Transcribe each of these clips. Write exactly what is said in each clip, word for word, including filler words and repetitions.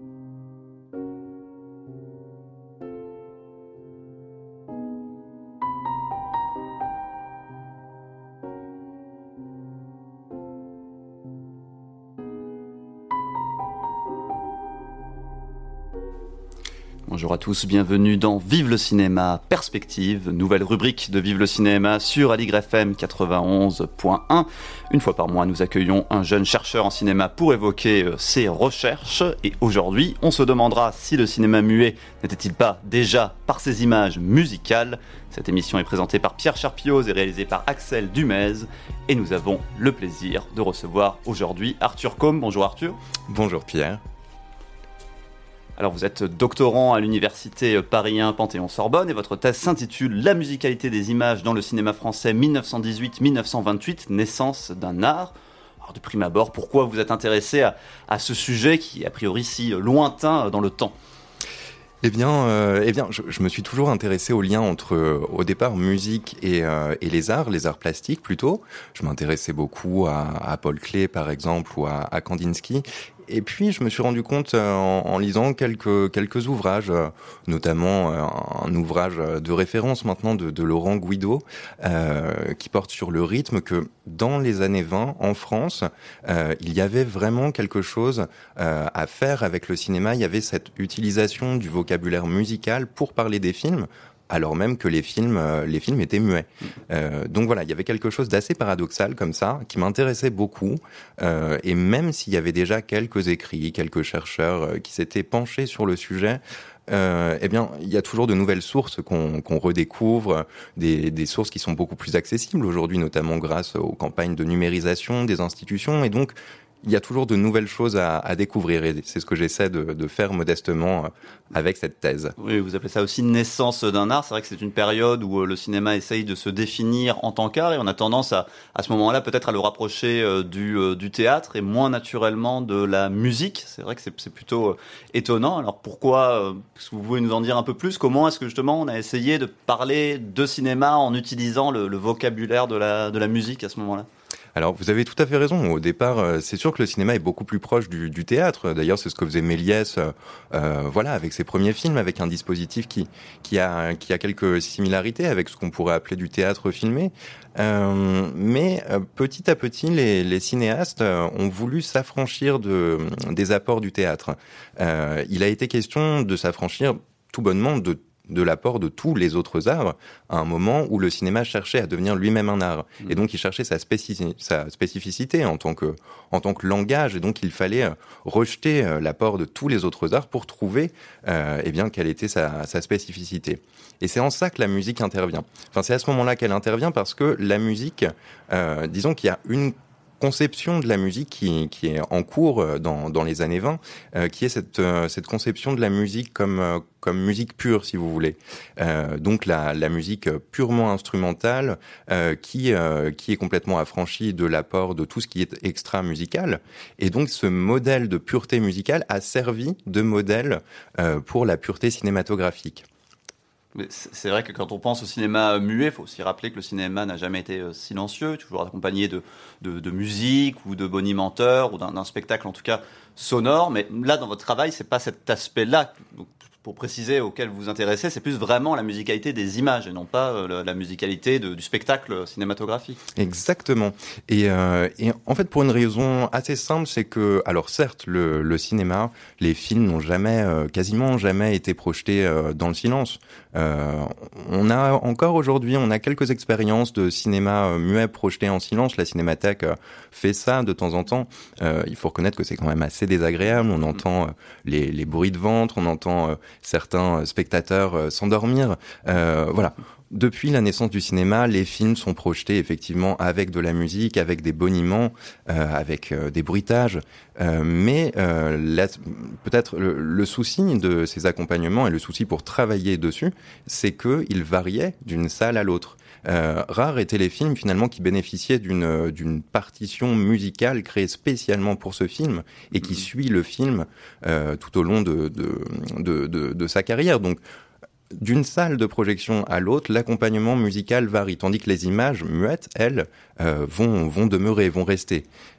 Bonjour à tous, bienvenue dans Vive le cinéma Perspective, nouvelle rubrique de Vive le cinéma sur Aligre F M quatre-vingt-onze point un. Une fois par mois, nous accueillons un jeune chercheur en cinéma pour évoquer ses recherches. Et aujourd'hui, on se demandera si le cinéma muet n'était-il pas déjà par ses images musicales. Cette émission est présentée par Pierre Charpioz et réalisée par Axel Dumez. Et nous avons le plaisir de recevoir aujourd'hui Arthur Combe. Bonjour Arthur. Bonjour Pierre. Alors vous êtes doctorant à l'université Paris un Panthéon-Sorbonne et votre thèse s'intitule « La musicalité des images dans le cinéma français dix-neuf cent dix-huit à dix-neuf cent vingt-huit, naissance d'un art ». Alors de prime abord, pourquoi vous êtes intéressé à, à ce sujet qui est a priori si lointain dans le temps ? Eh bien, euh, eh bien je, je me suis toujours intéressé au lien entre, euh, au départ, musique et, euh, et les arts, les arts plastiques plutôt. Je m'intéressais beaucoup à, à Paul Klee, par exemple, ou à, à Kandinsky. Et puis, je me suis rendu compte euh, en, en lisant quelques quelques ouvrages, euh, notamment euh, un ouvrage de référence maintenant de, de Laurent Guido, euh, qui porte sur le rythme, que dans les années vingt, en France, euh, il y avait vraiment quelque chose euh, à faire avec le cinéma. Il y avait cette utilisation du vocabulaire musical pour parler des films, alors même que les films, euh, les films étaient muets. Euh, donc voilà, il y avait quelque chose d'assez paradoxal comme ça, qui m'intéressait beaucoup. Euh, et même s'il y avait déjà quelques écrits, quelques chercheurs euh, qui s'étaient penchés sur le sujet, euh, eh bien, il y a toujours de nouvelles sources qu'on, qu'on redécouvre, des, des sources qui sont beaucoup plus accessibles aujourd'hui, notamment grâce aux campagnes de numérisation des institutions. Et donc, il y a toujours de nouvelles choses à, à découvrir et c'est ce que j'essaie de, de faire modestement avec cette thèse. Oui, vous appelez ça aussi naissance d'un art. C'est vrai que c'est une période où le cinéma essaye de se définir en tant qu'art et on a tendance à, à ce moment-là peut-être à le rapprocher euh, du, euh, du théâtre et moins naturellement de la musique. C'est vrai que c'est, c'est plutôt euh, étonnant. Alors pourquoi, euh, est-ce que vous pouvez nous en dire un peu plus ? Comment est-ce que justement on a essayé de parler de cinéma en utilisant le, le vocabulaire de la, de la musique à ce moment-là ? Alors, vous avez tout à fait raison. Au départ, c'est sûr que le cinéma est beaucoup plus proche du, du théâtre. D'ailleurs, c'est ce que faisait Méliès, euh, voilà, avec ses premiers films, avec un dispositif qui qui a qui a quelques similarités avec ce qu'on pourrait appeler du théâtre filmé. Euh, mais euh, petit à petit, les, les cinéastes euh, ont voulu s'affranchir de des apports du théâtre. Euh, il a été question de s'affranchir tout bonnement de de l'apport de tous les autres arts à un moment où le cinéma cherchait à devenir lui-même un art. Mmh. Et donc, il cherchait sa, spécifi- sa spécificité en tant que, en tant que langage. Et donc, il fallait rejeter l'apport de tous les autres arts pour trouver, euh, eh bien, quelle était sa, sa spécificité. Et c'est en ça que la musique intervient. Enfin, c'est à ce moment-là qu'elle intervient parce que la musique, euh, disons qu'il y a une conception de la musique qui, qui est en cours dans, dans les années vingt, euh, qui est cette, euh, cette conception de la musique comme, euh, comme musique pure, si vous voulez. Euh, donc la, la musique purement instrumentale, euh, qui, euh, qui est complètement affranchie de l'apport de tout ce qui est extra-musical. Et donc ce modèle de pureté musicale a servi de modèle euh, pour la pureté cinématographique. Mais c'est vrai que quand on pense au cinéma muet, il faut aussi rappeler que le cinéma n'a jamais été silencieux, toujours accompagné de, de, de musique ou de bonimenteurs ou d'un, d'un spectacle en tout cas sonore. Mais là, dans votre travail, c'est pas cet aspect-là. Donc, pour préciser, auquel vous vous intéressez, c'est plus vraiment la musicalité des images et non pas euh, la musicalité de, du spectacle cinématographique. Exactement. Et, euh, et en fait, pour une raison assez simple, c'est que, alors certes, le, le cinéma, les films n'ont jamais, euh, quasiment jamais été projetés euh, dans le silence. Euh, on a encore aujourd'hui, on a quelques expériences de cinéma euh, muet projeté en silence. La Cinémathèque euh, fait ça de temps en temps. Euh, il faut reconnaître que c'est quand même assez désagréable. On entend euh, les, les bruits de ventre, on entend euh, certains spectateurs euh, s'endormir. Euh, voilà. Depuis la naissance du cinéma, les films sont projetés effectivement avec de la musique, avec des boniments, euh, avec euh, des bruitages. Euh, mais euh, la, peut-être le, le souci de ces accompagnements et le souci pour travailler dessus, c'est qu'ils variaient d'une salle à l'autre. Euh, rares étaient les films finalement qui bénéficiaient d'une, d'une partition musicale créée spécialement pour ce film et qui suit le film euh, tout au long de, de, de, de, de sa carrière. Donc, d'une salle de projection à l'autre, l'accompagnement musical varie, tandis que les images muettes, elles, euh, vont, vont demeurer, vont rester.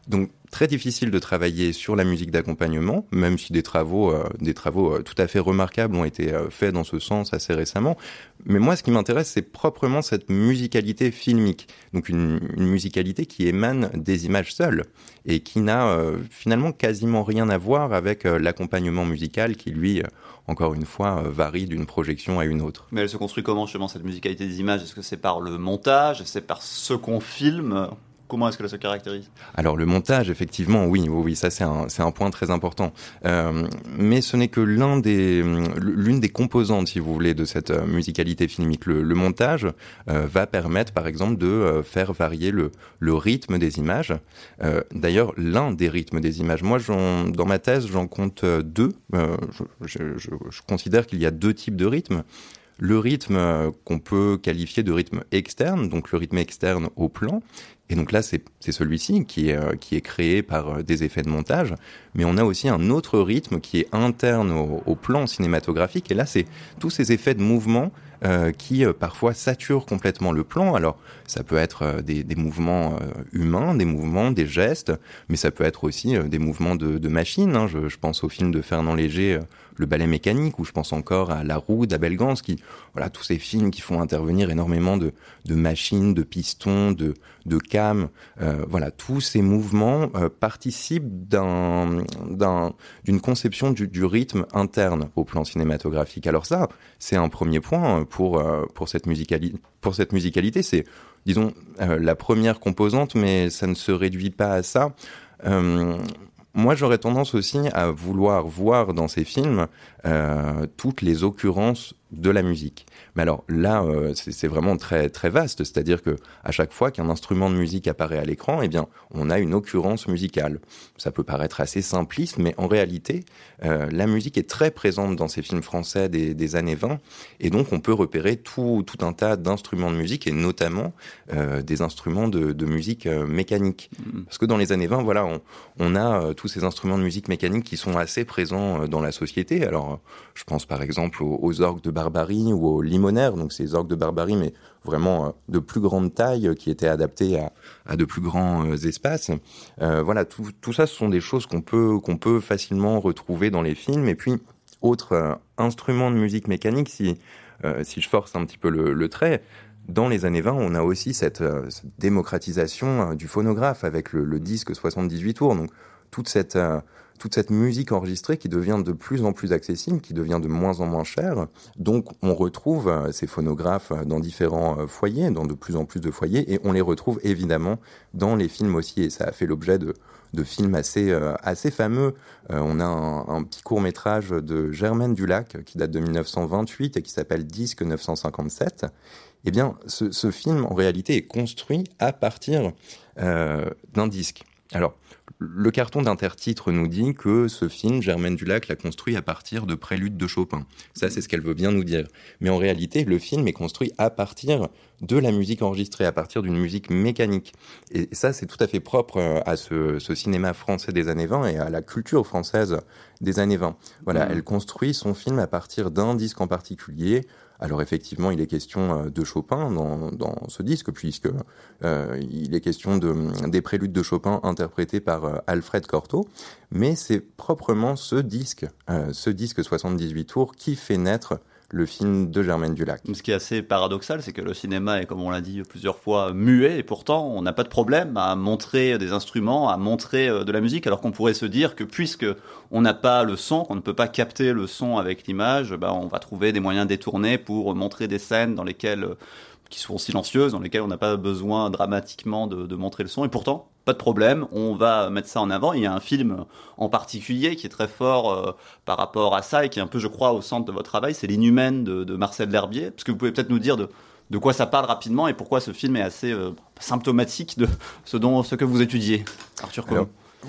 Donc très difficile de travailler sur la musique d'accompagnement, même si des travaux, euh, des travaux euh, tout à fait remarquables ont été euh, faits dans ce sens assez récemment. Mais moi, ce qui m'intéresse, c'est proprement cette musicalité filmique. Donc une, une musicalité qui émane des images seules et qui n'a euh, finalement quasiment rien à voir avec euh, l'accompagnement musical qui, lui, euh, encore une fois, euh, varie d'une projection à une autre. Mais elle se construit comment, justement, cette musicalité des images ? Est-ce que c'est par le montage ? Est-ce que c'est par ce qu'on filme ? Comment est-ce que ça se caractérise ? Alors le montage, effectivement, oui, oui, oui, ça c'est un, c'est un point très important. Euh, mais ce n'est que l'un des, l'une des composantes, si vous voulez, de cette musicalité filmique. Le, le montage euh, va permettre, par exemple, de euh, faire varier le, le rythme des images. Euh, d'ailleurs, l'un des rythmes des images. Moi, j'en, dans ma thèse, j'en compte deux. Euh, je, je, je, je considère qu'il y a deux types de rythmes. Le rythme qu'on peut qualifier de rythme externe, donc le rythme externe au plan. Et donc là, c'est, c'est celui-ci qui est, euh, qui est créé par euh, des effets de montage. Mais on a aussi un autre rythme qui est interne au, au plan cinématographique. Et là, c'est tous ces effets de mouvement euh, qui euh, parfois saturent complètement le plan. Alors, ça peut être euh, des, des mouvements euh, humains, des mouvements, des gestes, mais ça peut être aussi euh, des mouvements de, de machines. Hein. Je, je pense au film de Fernand Léger, euh, Le ballet mécanique, ou je pense encore à La Roue d'Abel Gance, qui, voilà, tous ces films qui font intervenir énormément de, de machines, de pistons, de, de cam, euh, voilà, tous ces mouvements euh, participent d'un, d'un, d'une conception du, du rythme interne au plan cinématographique. Alors ça, c'est un premier point pour, euh, pour cette musicalité, pour cette musicalité, c'est, disons, euh, la première composante, mais ça ne se réduit pas à ça. Euh, Moi, j'aurais tendance aussi à vouloir voir dans ces films euh, toutes les occurrences de la musique. Mais alors là, euh, c'est, c'est vraiment très très vaste, c'est-à-dire que à chaque fois qu'un instrument de musique apparaît à l'écran, eh bien, on a une occurrence musicale. Ça peut paraître assez simpliste, mais en réalité, euh, la musique est très présente dans ces films français des, des années vingt, et donc on peut repérer tout tout un tas d'instruments de musique, et notamment euh, des instruments de, de musique euh, mécanique. Mmh. Parce que dans les années vingt, voilà, on, on a euh, tous ces instruments de musique mécanique qui sont assez présents euh, dans la société. Alors, je pense par exemple aux, aux orgues de Barbarie ou aux limonaires, donc ces orgues de Barbarie, mais vraiment euh, de plus grande taille, euh, qui étaient adaptés à, à de plus grands euh, espaces. Euh, voilà, tout, tout ça, ce sont des choses qu'on peut, qu'on peut facilement retrouver dans les films. Et puis, autre euh, instrument de musique mécanique, si, euh, si je force un petit peu le, le trait, dans les années vingt, on a aussi cette, euh, cette démocratisation euh, du phonographe avec le, le disque soixante-dix-huit tours. Donc, toute cette, euh, toute cette musique enregistrée qui devient de plus en plus accessible, qui devient de moins en moins chère. Donc, on retrouve euh, ces phonographes dans différents euh, foyers, dans de plus en plus de foyers, et on les retrouve évidemment dans les films aussi. Et ça a fait l'objet de, de films assez, euh, assez fameux. Euh, on a un, un petit court-métrage de Germaine Dulac qui date de dix-neuf cent vingt-huit et qui s'appelle Disque neuf cent cinquante-sept. Eh bien, ce, ce film, en réalité, est construit à partir euh, d'un disque. Alors, le carton d'intertitre nous dit que ce film, Germaine Dulac l'a construit à partir de préludes de Chopin. Ça, c'est ce qu'elle veut bien nous dire. Mais en réalité, le film est construit à partir de la musique enregistrée, à partir d'une musique mécanique. Et ça, c'est tout à fait propre à ce, ce cinéma français des années vingt et à la culture française des années vingt. Voilà, mmh. Elle construit son film à partir d'un disque en particulier. Alors effectivement, il est question de Chopin dans, dans ce disque, puisque euh, il est question de, des préludes de Chopin interprétés par euh, Alfred Cortot, mais c'est proprement ce disque, euh, ce disque soixante-dix-huit tours qui fait naître le film de Germaine Dulac. Ce qui est assez paradoxal, c'est que le cinéma est, comme on l'a dit plusieurs fois, muet, et pourtant on n'a pas de problème à montrer des instruments, à montrer de la musique, alors qu'on pourrait se dire que puisque on n'a pas le son, qu'on ne peut pas capter le son avec l'image, bah on va trouver des moyens détournés pour montrer des scènes dans lesquelles, qui sont silencieuses, dans lesquelles on n'a pas besoin dramatiquement de, de montrer le son, et pourtant, pas de problème, on va mettre ça en avant. Il y a un film en particulier qui est très fort euh, par rapport à ça et qui est un peu, je crois, au centre de votre travail, c'est L'Inhumaine de, de Marcel L'Herbier. Parce que vous pouvez peut-être nous dire de, de quoi ça parle rapidement et pourquoi ce film est assez euh, symptomatique de ce, dont, ce que vous étudiez. Arthur Combe.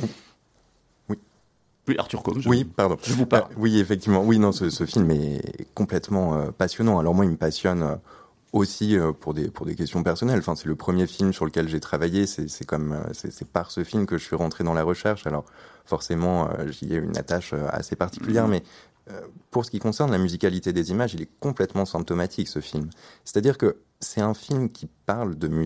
Oui. Oui, Arthur Combe. Je, oui, pardon. Je vous parle. Euh, oui, effectivement. Oui, non, ce, ce film est complètement euh, passionnant. Alors moi, il me passionne... Euh, aussi euh, pour des pour des questions personnelles. Enfin, c'est le premier film sur lequel j'ai travaillé. C'est c'est comme euh, c'est, c'est par ce film que je suis rentré dans la recherche. Alors forcément, euh, j'y ai une attache euh, assez particulière. Mmh. Mais euh, pour ce qui concerne la musicalité des images, il est complètement symptomatique ce film. C'est-à-dire que c'est un film qui parle de musique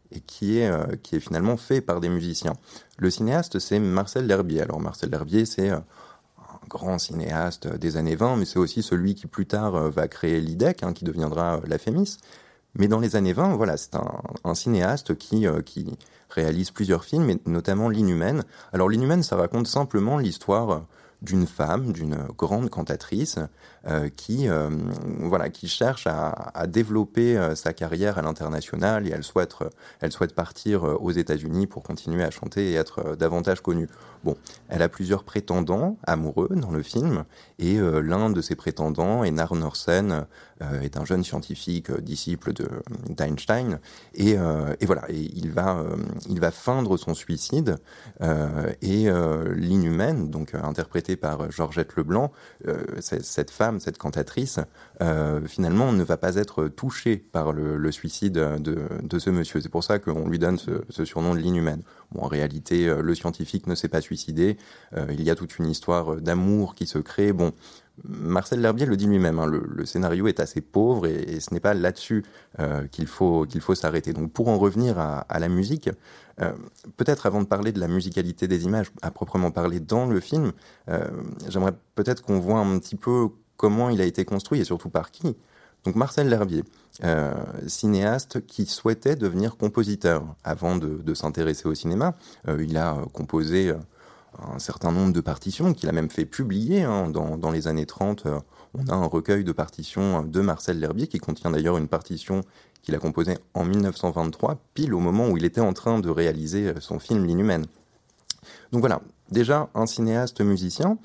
et qui est, euh, qui est finalement fait par des musiciens. Le cinéaste, c'est Marcel L'Herbier. Alors Marcel L'Herbier, c'est euh, un grand cinéaste des années vingt, mais c'est aussi celui qui plus tard euh, va créer l'I D E C, hein, qui deviendra euh, la Fémis. Mais dans les années vingt, voilà, c'est un, un cinéaste qui, euh, qui réalise plusieurs films, et notamment L'Inhumaine. Alors L'Inhumaine, ça raconte simplement l'histoire d'une femme, d'une grande cantatrice, euh, qui, euh, voilà, qui cherche à, à développer euh, sa carrière à l'international, et elle souhaite, elle souhaite partir euh, aux États-Unis pour continuer à chanter et être euh, davantage connue. Bon, elle a plusieurs prétendants amoureux dans le film, et euh, l'un de ces prétendants, Einar Norsen, euh, est un jeune scientifique, euh, disciple de, d'Einstein, et, euh, et voilà, et il va, euh, il va feindre son suicide, euh, et euh, L'Inhumaine, donc euh, interprétée par Georgette Leblanc, euh, cette femme, cette cantatrice, euh, finalement ne va pas être touchée par le, le suicide de, de ce monsieur. C'est pour ça qu'on lui donne ce, ce surnom de L'Inhumaine. Bon, en réalité, le scientifique ne s'est pas suicidé. Euh, il y a toute une histoire d'amour qui se crée. Bon, Marcel L'Herbier le dit lui-même, hein, le, le scénario est assez pauvre et, et ce n'est pas là-dessus euh, qu'il faut, qu'il faut s'arrêter. Donc pour en revenir à, à la musique, euh, peut-être avant de parler de la musicalité des images, à proprement parler dans le film, euh, j'aimerais peut-être qu'on voit un petit peu comment il a été construit et surtout par qui. Donc Marcel L'Herbier, euh, cinéaste qui souhaitait devenir compositeur avant de, de s'intéresser au cinéma. Euh, il a composé un certain nombre de partitions qu'il a même fait publier, hein, dans, dans les années trente. Euh, on a un recueil de partitions de Marcel L'Herbier qui contient d'ailleurs une partition qu'il a composée en mille neuf cent vingt-trois, pile au moment où il était en train de réaliser son film L'Inhumaine. Donc voilà, déjà un cinéaste musicien.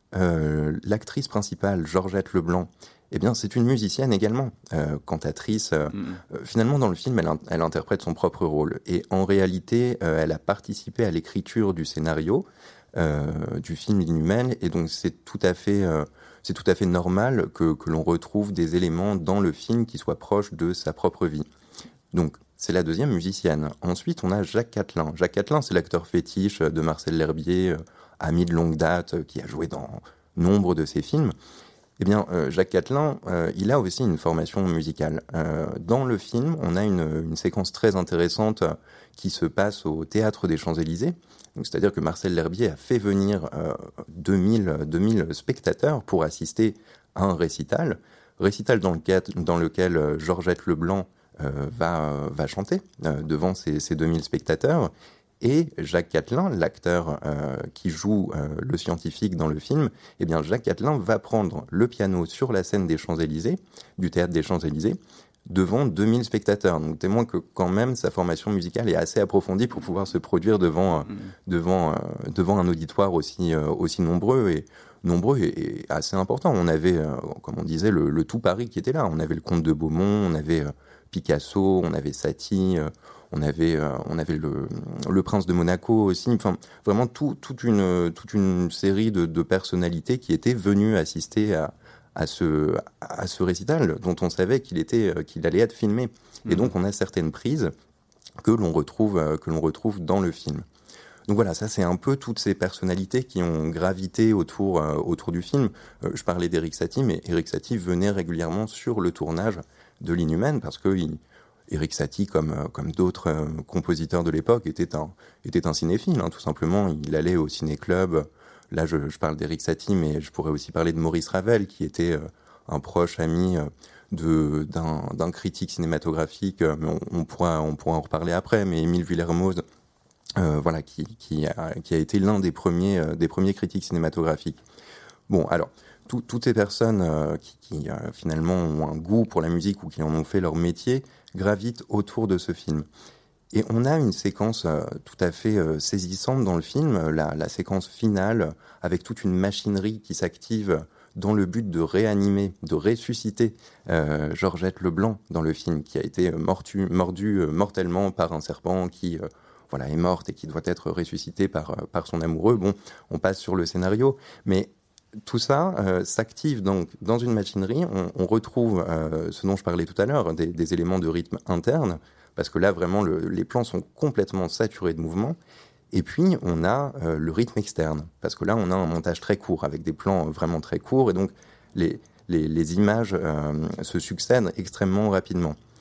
Euh, l'actrice principale, Georgette Leblanc, eh bien, c'est une musicienne également, euh, cantatrice. Euh, mmh. euh, finalement, dans le film, elle, elle interprète son propre rôle. Et en réalité, euh, elle a participé à l'écriture du scénario euh, du film L'Inhumaine. Et donc, c'est tout à fait, euh, c'est tout à fait normal que, que l'on retrouve des éléments dans le film qui soient proches de sa propre vie. Donc, c'est la deuxième musicienne. Ensuite, on a Jacques Catelin. Jacques Catelin, c'est l'acteur fétiche de Marcel L'Herbier, euh, ami de longue date, euh, qui a joué dans nombre de ses films. Eh bien, euh, Jacques Catelin, euh, il a aussi une formation musicale. Euh, dans le film, on a une, une séquence très intéressante euh, qui se passe au Théâtre des Champs-Élysées. Donc, c'est-à-dire que Marcel L'Herbier a fait venir euh, deux mille spectateurs pour assister à un récital. Récital dans lequel, dans lequel euh, Georgette Leblanc euh, va, euh, va chanter euh, devant ces, ces deux mille spectateurs. Et Jacques Catelin, l'acteur euh, qui joue euh, le scientifique dans le film, eh bien Jacques Catelin va prendre le piano sur la scène des Champs-Élysées, du Théâtre des Champs-Élysées, devant deux mille spectateurs. Donc témoin que quand même sa formation musicale est assez approfondie pour pouvoir se produire devant, euh, mmh. devant, euh, devant un auditoire aussi, euh, aussi nombreux et nombreux et, et assez important. On avait, euh, comme on disait, le, le tout Paris qui était là. On avait le comte de Beaumont, on avait euh, Picasso, on avait Satie, euh, on avait, euh, on avait le, le prince de Monaco aussi. Enfin, vraiment tout, toute, une, toute une série de, de personnalités qui étaient venues assister à, à, ce, à ce récital dont on savait qu'il, était, qu'il allait être filmé. Mmh. Et donc on a certaines prises que l'on retrouve, que l'on retrouve dans le film. Donc voilà, ça c'est un peu toutes ces personnalités qui ont gravité autour, euh, autour du film. Euh, je parlais d'Éric Satie, mais Éric Satie venait régulièrement sur le tournage de L'Inhumaine parce que il, Éric Satie, comme, comme d'autres euh, compositeurs de l'époque, était un, était un cinéphile, hein, tout simplement. Il allait au ciné-club. Là, je, je parle d'Éric Satie, mais je pourrais aussi parler de Maurice Ravel, qui était euh, un proche ami euh, de, d'un, d'un critique cinématographique. Euh, mais on, on, pourra, on pourra en reparler après, mais Émile Vuillermoz, Euh, voilà, qui, qui, a, qui a été l'un des premiers, euh, des premiers critiques cinématographiques. Bon, alors, tout, toutes ces personnes euh, qui, qui euh, finalement ont un goût pour la musique ou qui en ont fait leur métier gravitent autour de ce film. Et on a une séquence euh, tout à fait euh, saisissante dans le film, la, la séquence finale, avec toute une machinerie qui s'active dans le but de réanimer, de ressusciter euh, Georgette Leblanc dans le film, qui a été mortu, mordu euh, mortellement par un serpent qui... Euh, voilà, est morte et qui doit être ressuscitée par, par son amoureux. Bon, on passe sur le scénario, mais tout ça euh, s'active donc dans une machinerie. On, on retrouve euh, ce dont je parlais tout à l'heure, des, des éléments de rythme interne, parce que là, vraiment, le, les plans sont complètement saturés de mouvement. Et puis, on a euh, le rythme externe, parce que là, on a un montage très court, avec des plans vraiment très courts, et donc les, les, les images euh, se succèdent extrêmement rapidement.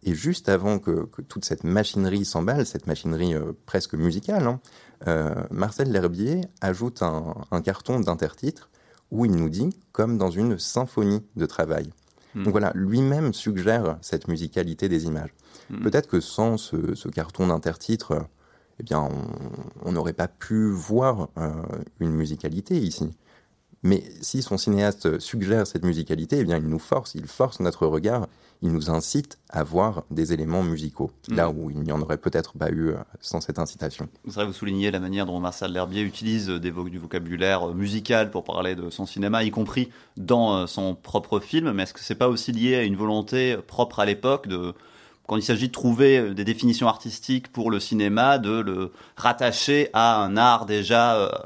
et juste avant que, que toute cette machinerie s'emballe, cette machinerie euh, presque musicale, hein, euh, Marcel L'Herbier ajoute un, un carton d'intertitre où il nous dit « comme dans une symphonie de travail ». Mmh. Donc voilà, lui-même suggère cette musicalité des images. Mmh. Peut-être que sans ce, ce carton d'intertitre, eh bien, on n'aurait pas pu voir euh, une musicalité ici. Mais si son cinéaste suggère cette musicalité, eh bien, il nous force, il force notre regard, il nous incite à voir des éléments musicaux, mmh. là où il n'y en aurait peut-être pas eu sans cette incitation. C'est vrai, vous soulignez la manière dont Marcel L'Herbier utilise des vo- du vocabulaire musical pour parler de son cinéma, y compris dans son propre film, mais est-ce que c'est pas aussi lié à une volonté propre à l'époque de... quand il s'agit de trouver des définitions artistiques pour le cinéma, de le rattacher à un art déjà euh,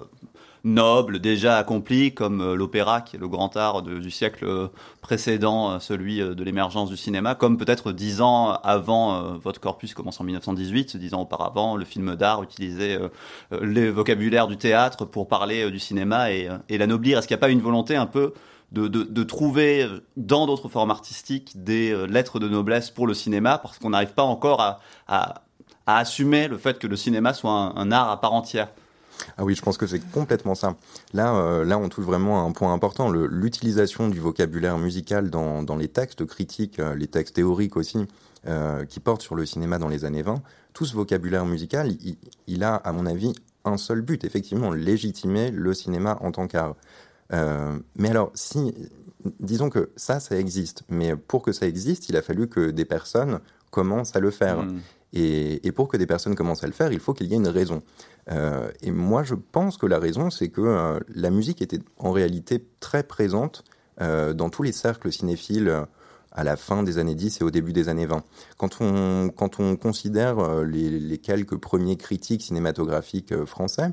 noble, déjà accompli, comme euh, l'opéra, qui est le grand art de, du siècle précédent, euh, celui de l'émergence du cinéma, comme peut-être dix ans avant, euh, votre corpus commence en dix-neuf cent dix-huit, dix ans auparavant, le film d'art utilisait euh, euh, les vocabulaires du théâtre pour parler euh, du cinéma et, euh, et l'anoblir. Est-ce qu'il n'y a pas une volonté un peu De, de, de trouver dans d'autres formes artistiques des euh, lettres de noblesse pour le cinéma, parce qu'on n'arrive pas encore à, à, à assumer le fait que le cinéma soit un, un art à part entière. Ah oui, je pense que c'est complètement ça. Là, euh, là on touche vraiment à un point important, le, l'utilisation du vocabulaire musical dans, dans les textes critiques, euh, les textes théoriques aussi, euh, qui portent sur le cinéma dans les années vingt. Tout ce vocabulaire musical, il, il a, à mon avis, un seul but, effectivement, légitimer le cinéma en tant qu'art. Euh, mais alors, si, disons que ça, ça existe. Mais pour que ça existe, il a fallu que des personnes commencent à le faire. Mmh. Et, et pour que des personnes commencent à le faire, il faut qu'il y ait une raison. Euh, et moi, je pense que la raison, c'est que euh, la musique était en réalité très présente euh, dans tous les cercles cinéphiles euh, à la fin des années dix et au début des années vingt. Quand on, quand on considère euh, les, les quelques premiers critiques cinématographiques euh, français,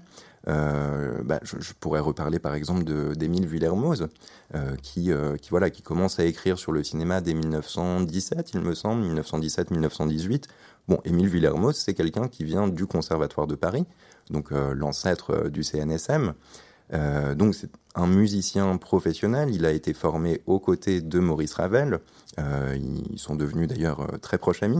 Euh, bah, je, je pourrais reparler par exemple de, d'Émile Vuillermoz, euh, qui, euh, qui, voilà, qui commence à écrire sur le cinéma dès dix-neuf cent dix-sept, il me semble, dix-neuf cent dix-sept dix-neuf cent dix-huit. Bon, Émile Vuillermoz, c'est quelqu'un qui vient du Conservatoire de Paris, donc euh, l'ancêtre euh, du C N S M. Euh, donc c'est un musicien professionnel, il a été formé aux côtés de Maurice Ravel, euh, ils sont devenus d'ailleurs euh, très proches amis.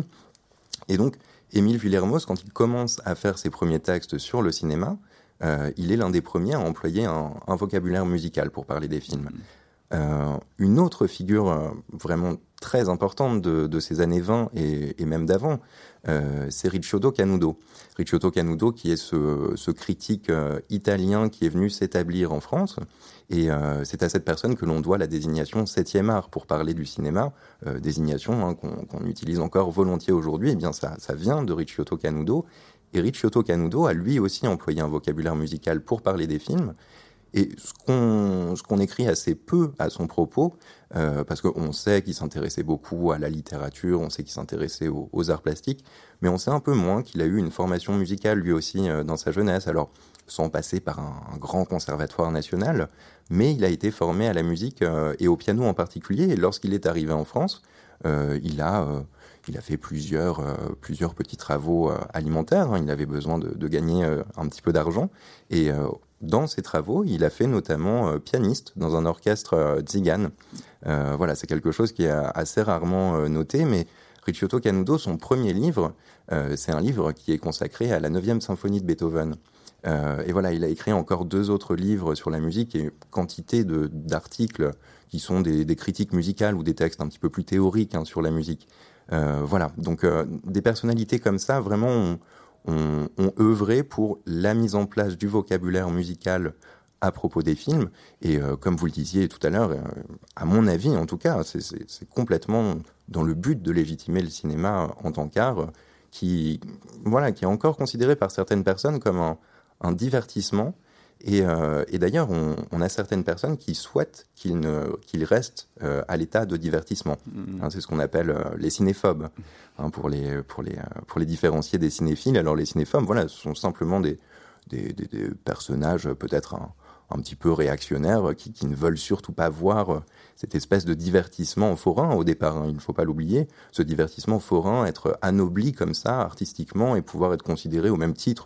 Et donc, Émile Vuillermoz, quand il commence à faire ses premiers textes sur le cinéma, Euh, il est l'un des premiers à employer un, un vocabulaire musical pour parler des films. Euh, une autre figure euh, vraiment très importante de, de ces années vingt et, et même d'avant, euh, c'est Ricciotto Canudo. Ricciotto Canudo qui est ce, ce critique euh, italien qui est venu s'établir en France. Et euh, c'est à cette personne que l'on doit la désignation septième art pour parler du cinéma, euh, désignation hein, qu'on, qu'on utilise encore volontiers aujourd'hui. Eh bien, ça, ça vient de Ricciotto Canudo. Et Ricciotto Canudo a lui aussi employé un vocabulaire musical pour parler des films. Et ce qu'on, ce qu'on écrit assez peu à son propos, euh, parce qu'on sait qu'il s'intéressait beaucoup à la littérature, on sait qu'il s'intéressait aux, aux arts plastiques, mais on sait un peu moins qu'il a eu une formation musicale lui aussi euh, dans sa jeunesse. Alors, sans passer par un, un grand conservatoire national, mais il a été formé à la musique euh, et au piano en particulier. Et lorsqu'il est arrivé en France, euh, il a... Euh, Il a fait plusieurs, euh, plusieurs petits travaux euh, alimentaires. Hein. Il avait besoin de, de gagner euh, un petit peu d'argent. Et euh, dans ces travaux, il a fait notamment euh, pianiste dans un orchestre euh, tzigane. Euh, voilà, c'est quelque chose qui est assez rarement euh, noté. Mais Ricciotto Canudo, son premier livre, euh, c'est un livre qui est consacré à la neuvième symphonie de Beethoven. Euh, et voilà, il a écrit encore deux autres livres sur la musique et quantité de, d'articles qui sont des, des critiques musicales ou des textes un petit peu plus théoriques hein, sur la musique. Euh, voilà, donc euh, des personnalités comme ça vraiment ont, ont, ont œuvré pour la mise en place du vocabulaire musical à propos des films. Et euh, comme vous le disiez tout à l'heure, euh, à mon avis en tout cas, c'est, c'est, c'est complètement dans le but de légitimer le cinéma en tant qu'art, qui, voilà, qui est encore considéré par certaines personnes comme un, un divertissement. Et, euh, et d'ailleurs, on, on a certaines personnes qui souhaitent qu'il, ne, qu'il reste euh, à l'état de divertissement. Mmh. Hein, c'est ce qu'on appelle euh, les cinéphobes, hein, pour, les, pour, les, euh, pour les différencier des cinéphiles. Alors les cinéphobes, voilà, ce sont simplement des, des, des, des personnages peut-être un, un petit peu réactionnaires qui, qui ne veulent surtout pas voir cette espèce de divertissement forain au départ. Hein, il ne faut pas l'oublier, ce divertissement forain, être anobli comme ça artistiquement et pouvoir être considéré au même titre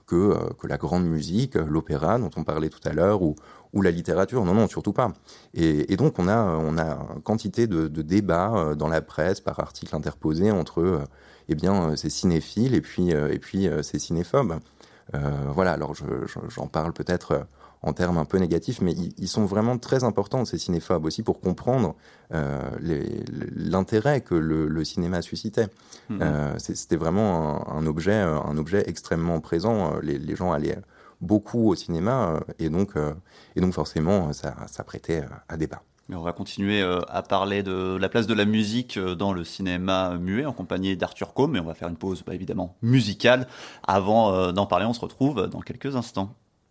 que, euh, que la grande musique, l'opéra dont on parlait tout à l'heure, ou, ou la littérature. Non, non, surtout pas. Et, et donc on a, on a une quantité de, de débats dans la presse par articles interposés entre euh, eh bien, ces cinéphiles et puis, euh, et puis euh, ces cinéphobes. Euh, voilà, alors je, je, j'en parle peut-être en termes un peu négatifs, mais ils, ils sont vraiment très importants, ces cinéphobes, aussi pour comprendre euh, les, l'intérêt que le, le cinéma suscitait. Mmh. Euh, c'était vraiment un, un, objet, un objet extrêmement présent. Les, les gens allaient beaucoup au cinéma, et donc, euh, et donc forcément, ça, ça prêtait à débat. Mais on va continuer euh, à parler de la place de la musique dans le cinéma muet en compagnie d'Arthur Côme, mais on va faire une pause bah, évidemment musicale. Avant euh, d'en parler, on se retrouve dans quelques instants.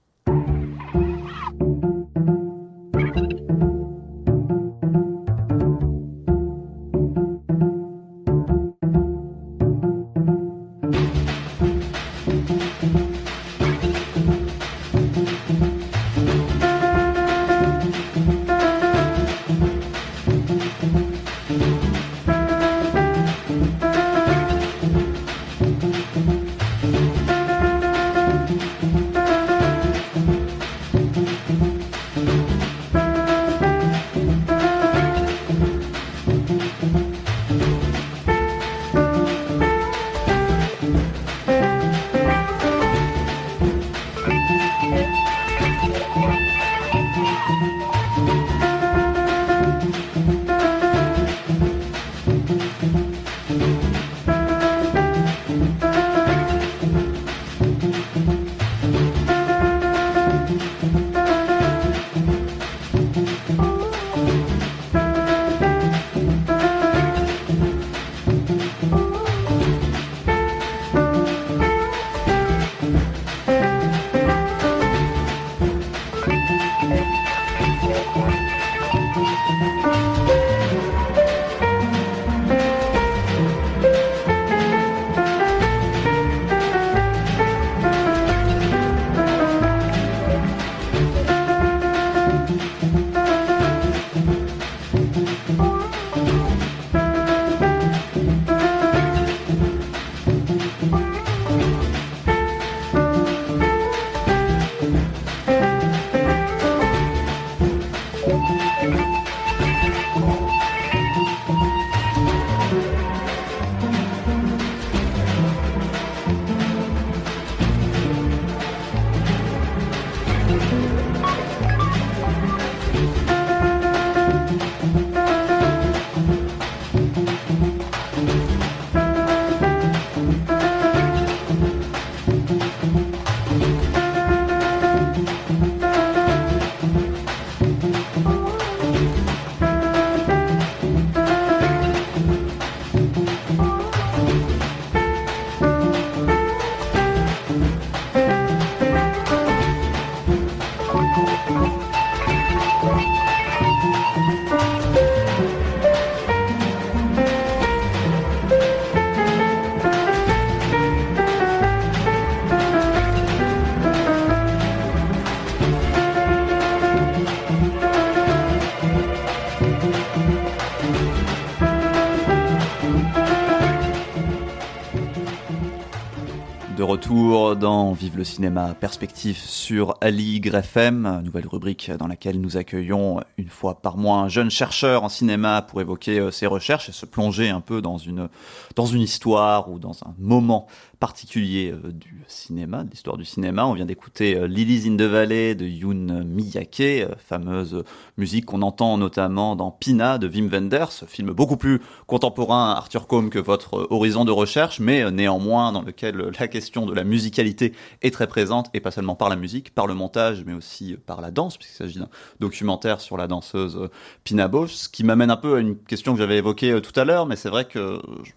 De retour dans Vive le cinéma perspective sur A L I G F M, nouvelle rubrique dans laquelle nous accueillons une fois par mois un jeune chercheur en cinéma pour évoquer ses recherches et se plonger un peu dans une, dans une histoire ou dans un moment particulier du cinéma, de l'histoire du cinéma. On vient d'écouter Lilies in the Valley de Yoon Miyake, fameuse musique qu'on entend notamment dans Pina de Wim Wenders, film beaucoup plus contemporain, Arthur Côme, que votre horizon de recherche, mais néanmoins dans lequel la question de la musicalité est très présente, et pas seulement par la musique, par le montage, mais aussi par la danse, puisqu'il s'agit d'un documentaire sur la danseuse Pina Bausch, ce qui m'amène un peu à une question que j'avais évoquée tout à l'heure, mais c'est vrai que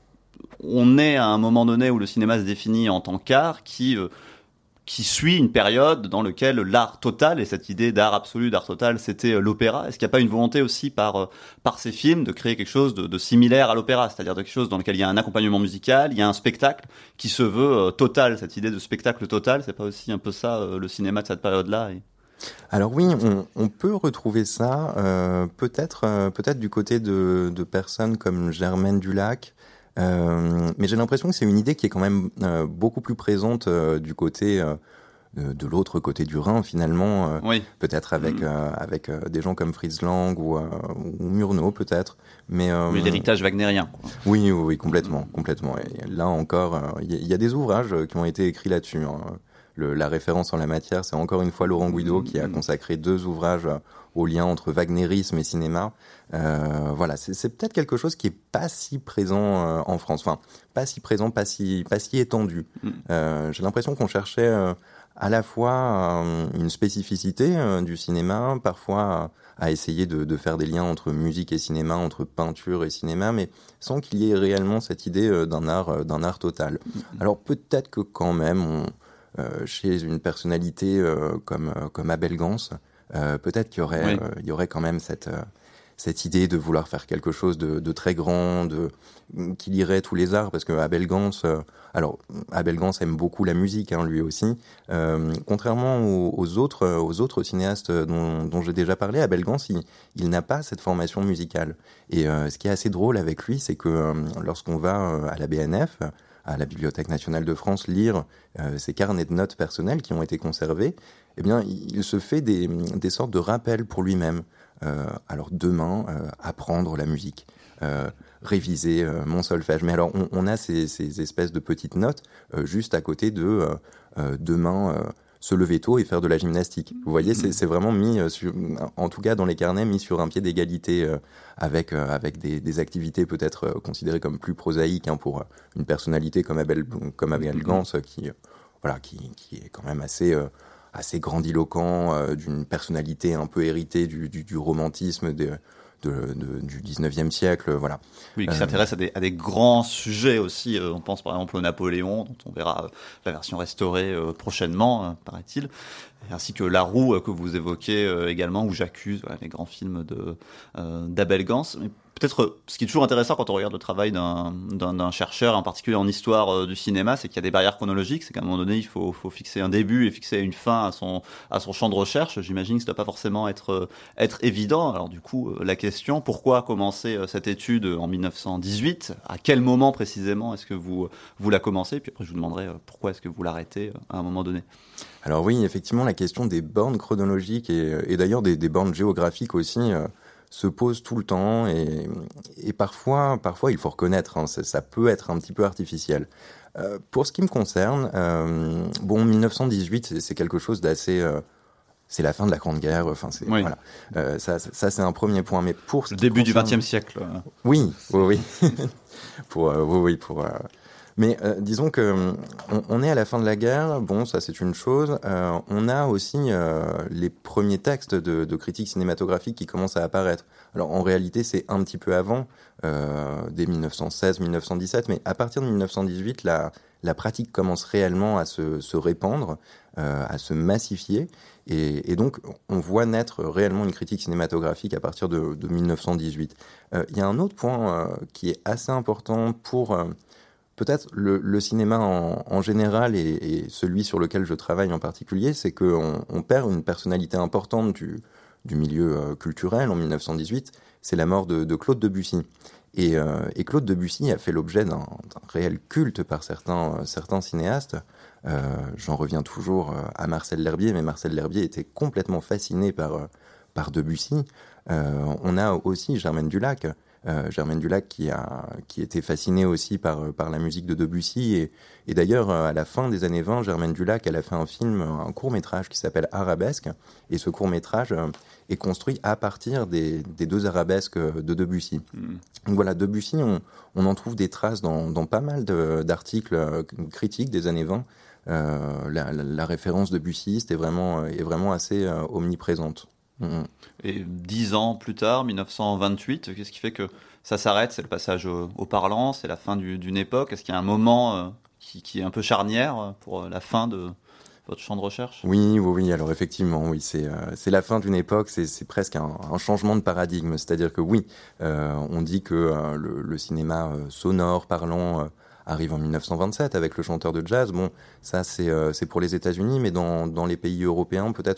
on est à un moment donné où le cinéma se définit en tant qu'art qui, euh, qui suit une période dans laquelle l'art total, et cette idée d'art absolu, d'art total, c'était l'opéra. Est-ce qu'il n'y a pas une volonté aussi par, euh, par ces films de créer quelque chose de, de similaire à l'opéra, c'est-à-dire de quelque chose dans lequel il y a un accompagnement musical, il y a un spectacle qui se veut euh, total, cette idée de spectacle total, c'est pas aussi un peu ça euh, le cinéma de cette période-là et... Alors oui, on, on peut retrouver ça euh, peut-être, euh, peut-être du côté de, de personnes comme Germaine Dulac, Euh, mais j'ai l'impression que c'est une idée qui est quand même euh, beaucoup plus présente euh, du côté euh, de, de l'autre côté du Rhin finalement, euh, oui. peut-être avec mmh. euh, avec euh, des gens comme Fritz Lang ou, euh, ou Murnau peut-être. Mais euh, oui, l'héritage wagnérien. Quoi. Oui, oui, oui, complètement, mmh. complètement. Et là encore, il euh, y, y a des ouvrages qui ont été écrits là-dessus. Hein. Le, la référence en la matière, c'est encore une fois Laurent Guido mmh. qui a consacré deux ouvrages au lien entre wagnérisme et cinéma. Euh, voilà, c'est, c'est peut-être quelque chose qui est pas si présent euh, en France. Enfin, pas si présent, pas si, pas si étendu. Mmh. Euh, j'ai l'impression qu'on cherchait euh, à la fois euh, une spécificité euh, du cinéma, parfois à essayer de, de faire des liens entre musique et cinéma, entre peinture et cinéma, mais sans qu'il y ait réellement cette idée euh, d'un art, euh, d'un art total. Mmh. Alors peut-être que quand même, on, euh, chez une personnalité euh, comme, euh, comme Abel Gance, euh, peut-être qu'il y aurait, oui. euh, il y aurait quand même cette... Euh, cette idée de vouloir faire quelque chose de, de très grand, de, qui lirait tous les arts, parce que Abel Gance, euh, alors Abel Gance aime beaucoup la musique, hein, lui aussi. Euh, contrairement aux, aux autres, aux autres cinéastes dont, dont j'ai déjà parlé, Abel Gance, il, il n'a pas cette formation musicale. Et euh, ce qui est assez drôle avec lui, c'est que euh, lorsqu'on va euh, à la B N F, à la Bibliothèque nationale de France, lire euh, ses carnets de notes personnels qui ont été conservés, eh bien, il se fait des, des sortes de rappels pour lui-même. Euh, alors demain, euh, apprendre la musique, euh, réviser euh, mon solfège. Mais alors on, on a ces, ces espèces de petites notes euh, juste à côté de euh, euh, demain euh, se lever tôt et faire de la gymnastique. Vous voyez, c'est, c'est vraiment mis, euh, sur, en tout cas dans les carnets, mis sur un pied d'égalité euh, avec euh, avec des, des activités peut-être euh, considérées comme plus prosaïques hein, pour euh, une personnalité comme Abel comme Abel Gance qui euh, voilà qui qui est quand même assez euh, assez grandiloquent, euh, d'une personnalité un peu héritée du, du, du romantisme de, de, de, du dix-neuvième siècle, voilà. Oui, qui euh, s'intéresse à des, à des grands sujets aussi. Euh, on pense par exemple au Napoléon, dont on verra euh, la version restaurée euh, prochainement, euh, paraît-il, ainsi que La Roue euh, que vous évoquez euh, également, où J'accuse, voilà, les grands films de, euh, d'Abel Gance. Mais peut-être, ce qui est toujours intéressant quand on regarde le travail d'un, d'un, d'un chercheur, en particulier en histoire euh, du cinéma, c'est qu'il y a des barrières chronologiques, c'est qu'à un moment donné, il faut, faut fixer un début et fixer une fin à son, à son champ de recherche. J'imagine que ça ne doit pas forcément être, être évident. Alors du coup, euh, la question, pourquoi commencer euh, cette étude en dix-neuf cent dix-huit ? À quel moment précisément est-ce que vous, vous la commencez ? Puis après, je vous demanderai euh, pourquoi est-ce que vous l'arrêtez euh, à un moment donné. Alors oui, effectivement, la question des bornes chronologiques et, et d'ailleurs des, des bornes géographiques aussi... Euh... se pose tout le temps et, et parfois, parfois il faut reconnaître, hein, ça, ça peut être un petit peu artificiel. Euh, pour ce qui me concerne, euh, bon, dix-neuf cent dix-huit, c'est, c'est quelque chose d'assez... Euh, c'est la fin de la Grande Guerre, enfin, c'est, oui. voilà. Euh, ça, ça, ça, c'est un premier point, mais pour... Ce Le début concerne... du vingtième siècle. Oui, oui, oui. pour, euh, oui, oui, pour... Euh... Mais euh, disons que on, on est à la fin de la guerre, bon, ça c'est une chose. Euh, on a aussi euh, les premiers textes de, de critique cinématographique qui commencent à apparaître. Alors en réalité, c'est un petit peu avant, euh, dès dix-neuf cent seize dix-neuf cent dix-sept, mais à partir de dix-neuf cent dix-huit, la, la pratique commence réellement à se, se répandre, euh, à se massifier. Et, et donc, on voit naître réellement une critique cinématographique à partir de, de dix-neuf cent dix-huit. Il euh, y a un autre point euh, qui est assez important pour... Euh, Peut-être le, le cinéma en, en général et, et celui sur lequel je travaille en particulier, c'est qu'on on perd une personnalité importante du, du milieu euh, culturel en dix-neuf cent dix-huit. C'est la mort de, de Claude Debussy. Et, euh, et Claude Debussy a fait l'objet d'un, d'un réel culte par certains, euh, certains cinéastes. Euh, j'en reviens toujours à Marcel L'Herbier, mais Marcel L'Herbier était complètement fasciné par, par Debussy. Euh, on a aussi Germaine Dulac. Euh, Germaine Dulac qui a qui était fascinée aussi par par la musique de Debussy et, et d'ailleurs à la fin des années vingt, Germaine Dulac elle a fait un film, un court métrage qui s'appelle Arabesque et ce court métrage est construit à partir des des deux arabesques de Debussy. Mmh. Donc voilà, Debussy on on en trouve des traces dans dans pas mal de, d'articles critiques des années vingt. Euh, la, la, la référence Debussy est vraiment est vraiment assez euh, omniprésente. Mmh. Et dix ans plus tard, dix-neuf cent vingt-huit, qu'est-ce qui fait que ça s'arrête ? C'est le passage au, au parlant, c'est la fin du, d'une époque. Est-ce qu'il y a un moment euh, qui, qui est un peu charnière pour la fin de votre champ de recherche ? Oui, oui, oui. Alors effectivement, oui, c'est euh, c'est la fin d'une époque. C'est, c'est presque un, un changement de paradigme. C'est-à-dire que oui, euh, on dit que euh, le, le cinéma euh, sonore, parlant. Euh, arrive en dix-neuf cent vingt-sept avec Le Chanteur de jazz. Bon, ça c'est euh, c'est pour les États-Unis, mais dans dans les pays européens, peut-être que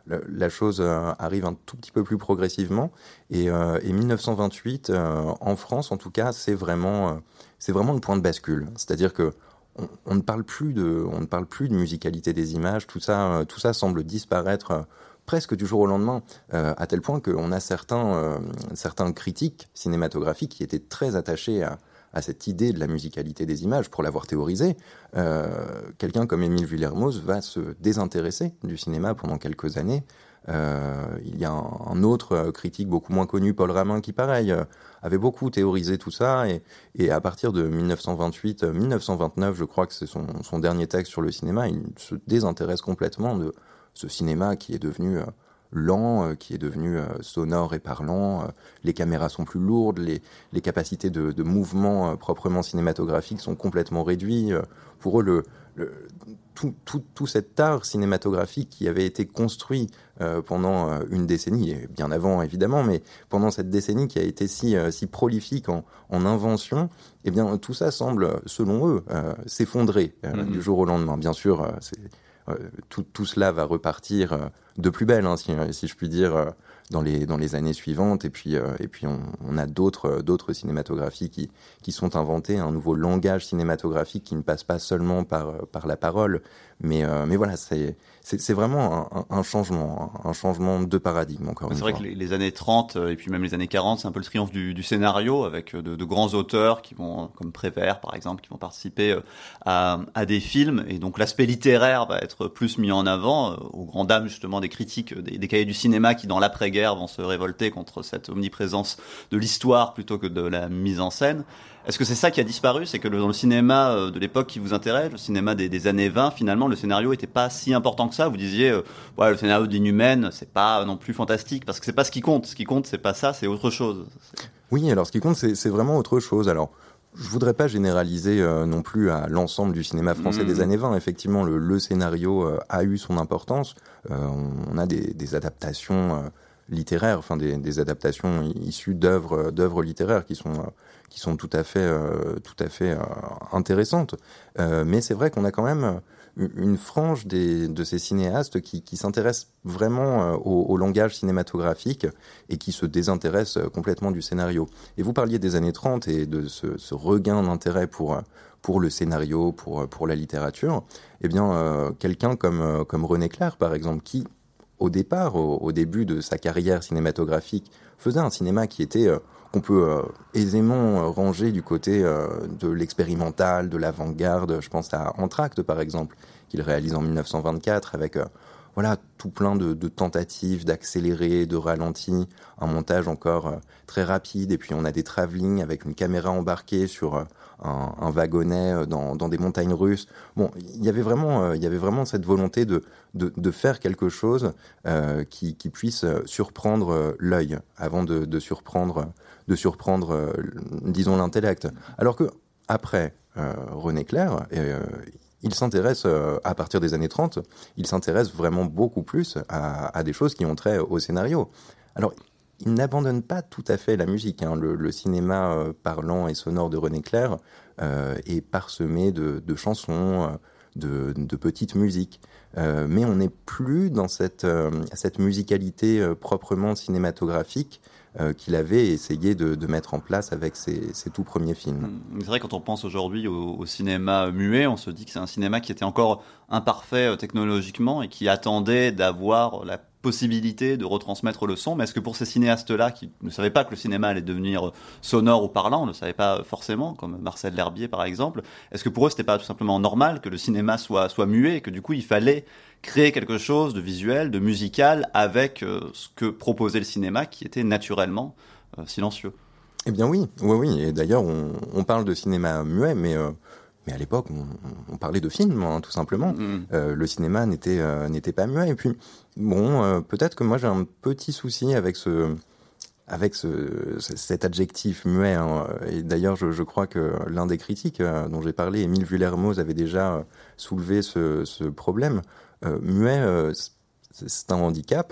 le, la chose euh, arrive un tout petit peu plus progressivement. Et, euh, et mille neuf cent vingt-huit, euh, en France en tout cas, c'est vraiment, euh, c'est vraiment le point de bascule. C'est-à-dire que on, on ne parle plus de, on ne parle plus de musicalité des images. Tout ça, euh, tout ça semble disparaître euh, presque du jour au lendemain, euh, à tel point qu'on a certains, euh, certains critiques cinématographiques qui étaient très attachés à, à cette idée de la musicalité des images pour l'avoir théorisée. Euh, quelqu'un comme Émile Vuillermoz va se désintéresser du cinéma pendant quelques années. Euh, il y a un, un autre critique beaucoup moins connu, Paul Ramin, qui pareil euh, avait beaucoup théorisé tout ça, et, et à partir de mille neuf cent vingt-huit, mille neuf cent vingt-neuf, je crois que c'est son, son dernier texte sur le cinéma, il se désintéresse complètement de ce cinéma qui est devenu euh, lent, euh, qui est devenu euh, sonore et parlant. Euh, les caméras sont plus lourdes, les, les capacités de, de mouvement euh, proprement cinématographiques sont complètement réduites. Euh, pour eux, le, le, tout, tout, tout cet art cinématographique qui avait été construit euh, pendant euh, une décennie, et bien avant évidemment, mais pendant cette décennie qui a été si, euh, si prolifique en, en invention, eh bien tout ça semble, selon eux, euh, s'effondrer euh, mm-hmm. du jour au lendemain. Bien sûr, euh, c'est Euh, tout, tout cela va repartir euh, de plus belle, hein, si, si je puis dire, euh, dans les, dans les années suivantes. Et puis, euh, et puis on, on a d'autres, d'autres cinématographies qui, qui sont inventées, un nouveau langage cinématographique qui ne passe pas seulement par, par la parole. Mais, euh, mais voilà, c'est, c'est, c'est vraiment un, un changement, un changement de paradigme, encore une fois. C'est vrai que les, les années trente et puis même les années quarante, c'est un peu le triomphe du, du scénario, avec de, de grands auteurs qui vont, comme Prévert par exemple, qui vont participer à, à des films. Et donc l'aspect littéraire va être plus mis en avant, aux grandes dames justement des critiques, des, des cahiers du cinéma qui dans l'après-guerre vont se révolter contre cette omniprésence de l'histoire plutôt que de la mise en scène. Est-ce que c'est ça qui a disparu? C'est que le, dans le cinéma de l'époque qui vous intéresse, le cinéma des, des années vingt, finalement, le scénario était pas si important que ça. Vous disiez, euh, ouais, le scénario de l'Inhumaine, c'est pas non plus fantastique, parce que c'est pas ce qui compte. Ce qui compte, c'est pas ça, c'est autre chose. Oui, alors ce qui compte, c'est, c'est vraiment autre chose. Alors, je voudrais pas généraliser euh, non plus à l'ensemble du cinéma français mmh. des années vingt. Effectivement, le, le scénario euh, a eu son importance. Euh, on a des, des adaptations euh, littéraires, enfin des, des adaptations issues d'œuvres, d'œuvres littéraires qui sont... Euh, qui sont tout à fait, euh, tout à fait euh, intéressantes. Euh, mais c'est vrai qu'on a quand même une frange des, de ces cinéastes qui, qui s'intéressent vraiment euh, au, au langage cinématographique et qui se désintéressent complètement du scénario. Et vous parliez des années trente et de ce, ce regain d'intérêt pour, pour le scénario, pour, pour la littérature. Eh bien, euh, quelqu'un comme, comme René Clair, par exemple, qui, au départ, au, au début de sa carrière cinématographique, faisait un cinéma qui était... Euh, qu'on peut euh, aisément euh, ranger du côté euh, de l'expérimental, de l'avant-garde. Je pense à Entr'acte, par exemple, qu'il réalise en mille neuf cent vingt-quatre avec euh, voilà, tout plein de, de tentatives d'accélérer, de ralentir, un montage encore euh, très rapide. Et puis on a des travelling avec une caméra embarquée sur euh, un, un wagonnet dans, dans des montagnes russes. Bon, il y avait vraiment, euh, il y avait vraiment cette volonté de, de, de faire quelque chose euh, qui, qui puisse surprendre euh, l'œil avant de, de surprendre, de surprendre, euh, disons, l'intellect. Alors que après euh, René Clair, euh, il s'intéresse, euh, à partir des années trente, il s'intéresse vraiment beaucoup plus à, à des choses qui ont trait au scénario. Alors, il n'abandonne pas tout à fait la musique. Hein. Le, le cinéma euh, parlant et sonore de René Clair euh, est parsemé de, de chansons, euh, de, de petites musiques. Euh, mais on n'est plus dans cette, euh, cette musicalité euh, proprement cinématographique euh, qu'il avait essayé de, de mettre en place avec ses, ses tout premiers films. C'est vrai, quand on pense aujourd'hui au, au cinéma muet, on se dit que c'est un cinéma qui était encore imparfait euh, technologiquement et qui attendait d'avoir la possibilité de retransmettre le son. Mais est-ce que pour ces cinéastes-là qui ne savaient pas que le cinéma allait devenir sonore ou parlant, on ne le savait pas forcément, comme Marcel L'Herbier par exemple, est-ce que pour eux c'était pas tout simplement normal que le cinéma soit, soit muet et que du coup il fallait créer quelque chose de visuel, de musical avec euh, ce que proposait le cinéma qui était naturellement euh, silencieux? Eh bien oui, oui, oui. Et d'ailleurs on, on parle de cinéma muet, mais... Euh... Mais à l'époque, on, on parlait de film, hein, tout simplement. Mmh. Euh, le cinéma n'était, euh, n'était pas muet. Et puis, bon, euh, peut-être que moi j'ai un petit souci avec ce, avec ce, cet adjectif muet. Hein. Et d'ailleurs, je, je crois que l'un des critiques euh, dont j'ai parlé, Émile Vuillermoz, avait déjà euh, soulevé ce, ce problème. Euh, muet, euh, c'est un handicap.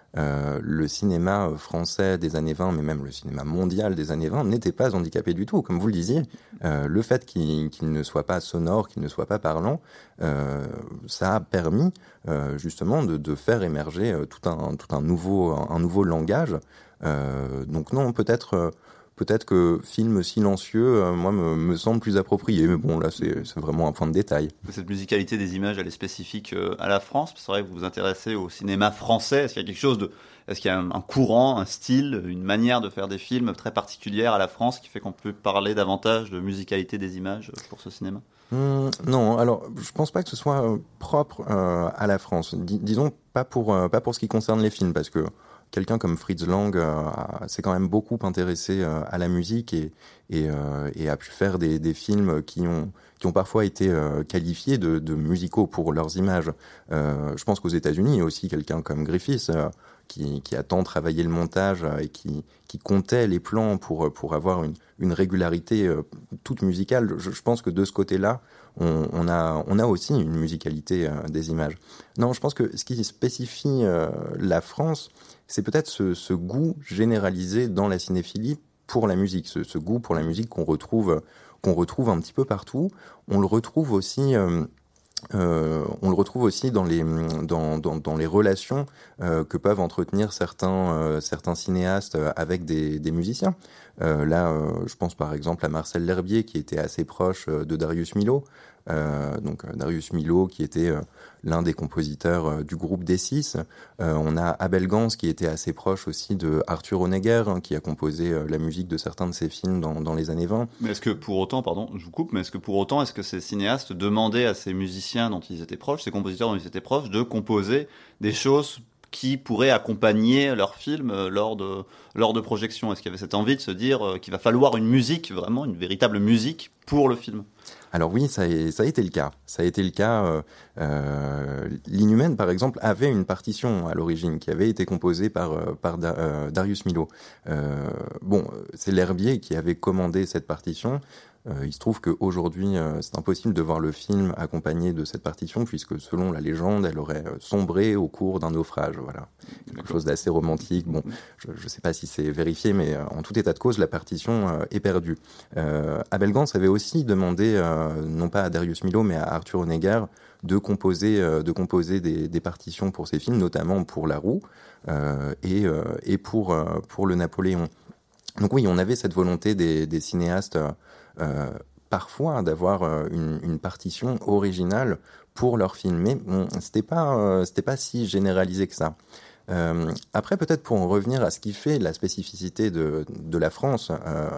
euh, le cinéma français des années vingt, mais même le cinéma mondial des années vingt, n'était pas handicapé du tout. Comme vous le disiez, euh, le fait qu'il, qu'il ne soit pas sonore, qu'il ne soit pas parlant, euh, ça a permis euh, justement de, de faire émerger euh, tout un, tout un nouveau, un, un nouveau langage. Euh, donc non, peut-être... Euh, Peut-être que film silencieux, euh, moi, me, me semble plus approprié. Mais bon, là, c'est, c'est vraiment un point de détail. Cette musicalité des images, elle est spécifique euh, à la France. C'est vrai que vous vous intéressez au cinéma français. Est-ce qu'il y a quelque chose de... Est-ce qu'il y a un, un courant, un style, une manière de faire des films très particulière à la France qui fait qu'on peut parler davantage de musicalité des images pour ce cinéma ? Hum, non, alors je pense pas que ce soit euh, propre euh, à la France. Dis- disons pas pour euh, pas pour ce qui concerne les films, parce que quelqu'un comme Fritz Lang euh, a- s'est quand même beaucoup intéressé euh, à la musique et et, euh, et a pu faire des, des films qui ont qui ont parfois été euh, qualifiés de, de musicaux pour leurs images. Euh, je pense qu'aux États-Unis, il y a aussi quelqu'un comme Griffiths euh, qui, qui a tant travaillé le montage euh, et qui, qui comptait les plans pour, pour avoir une, une régularité euh, toute musicale. Je, je pense que de ce côté-là, on, on, a, on a aussi une musicalité euh, des images. Non, je pense que ce qui spécifie euh, la France, c'est peut-être ce, ce goût généralisé dans la cinéphilie pour la musique, ce, ce goût pour la musique qu'on retrouve, qu'on retrouve un petit peu partout. On le retrouve aussi... Euh, Euh, on le retrouve aussi dans les dans dans, dans les relations euh, que peuvent entretenir certains euh, certains cinéastes avec des, des musiciens. Euh, là, euh, je pense par exemple à Marcel L'Herbier qui était assez proche de Darius Milhaud. Euh, donc Darius Milhaud qui était euh, l'un des compositeurs euh, du groupe D six. Euh, on a Abel Gance qui était assez proche aussi de Arthur Honegger, hein, qui a composé euh, la musique de certains de ses films dans, dans les années vingt. Mais est-ce que pour autant, pardon, je vous coupe, mais est-ce que pour autant, est-ce que ces cinéastes demandaient à ces musiciens dont ils étaient proches, ces compositeurs dont ils étaient proches, de composer des choses qui pourraient accompagner leur film euh, lors de, lors de projection ? Est-ce qu'il y avait cette envie de se dire euh, qu'il va falloir une musique, vraiment une véritable musique pour le film ? Alors oui, ça a, ça a été le cas. Ça a été le cas. Euh, euh, L'Inhumaine, par exemple, avait une partition à l'origine qui avait été composée par, euh, par da, euh, Darius Milhaud. Euh, bon, c'est L'Herbier qui avait commandé cette partition. Euh, il se trouve qu'aujourd'hui, euh, c'est impossible de voir le film accompagné de cette partition, puisque selon la légende, elle aurait sombré au cours d'un naufrage. Voilà, quelque D'accord. chose d'assez romantique. Bon, je ne sais pas si c'est vérifié, mais euh, en tout état de cause, la partition euh, est perdue. Euh, Abel Gance avait aussi demandé, euh, non pas à Darius Milhaud, mais à Arthur Honegger, de composer, euh, de composer des, des partitions pour ses films, notamment pour La Roue euh, et, euh, et pour, euh, pour le Napoléon. Donc oui, on avait cette volonté des, des cinéastes euh, parfois d'avoir euh, une, une partition originale pour leur film, mais bon, c'était pas, euh, c'était pas si généralisé que ça. Euh, après, peut-être pour en revenir à ce qui fait la spécificité de, de la France euh,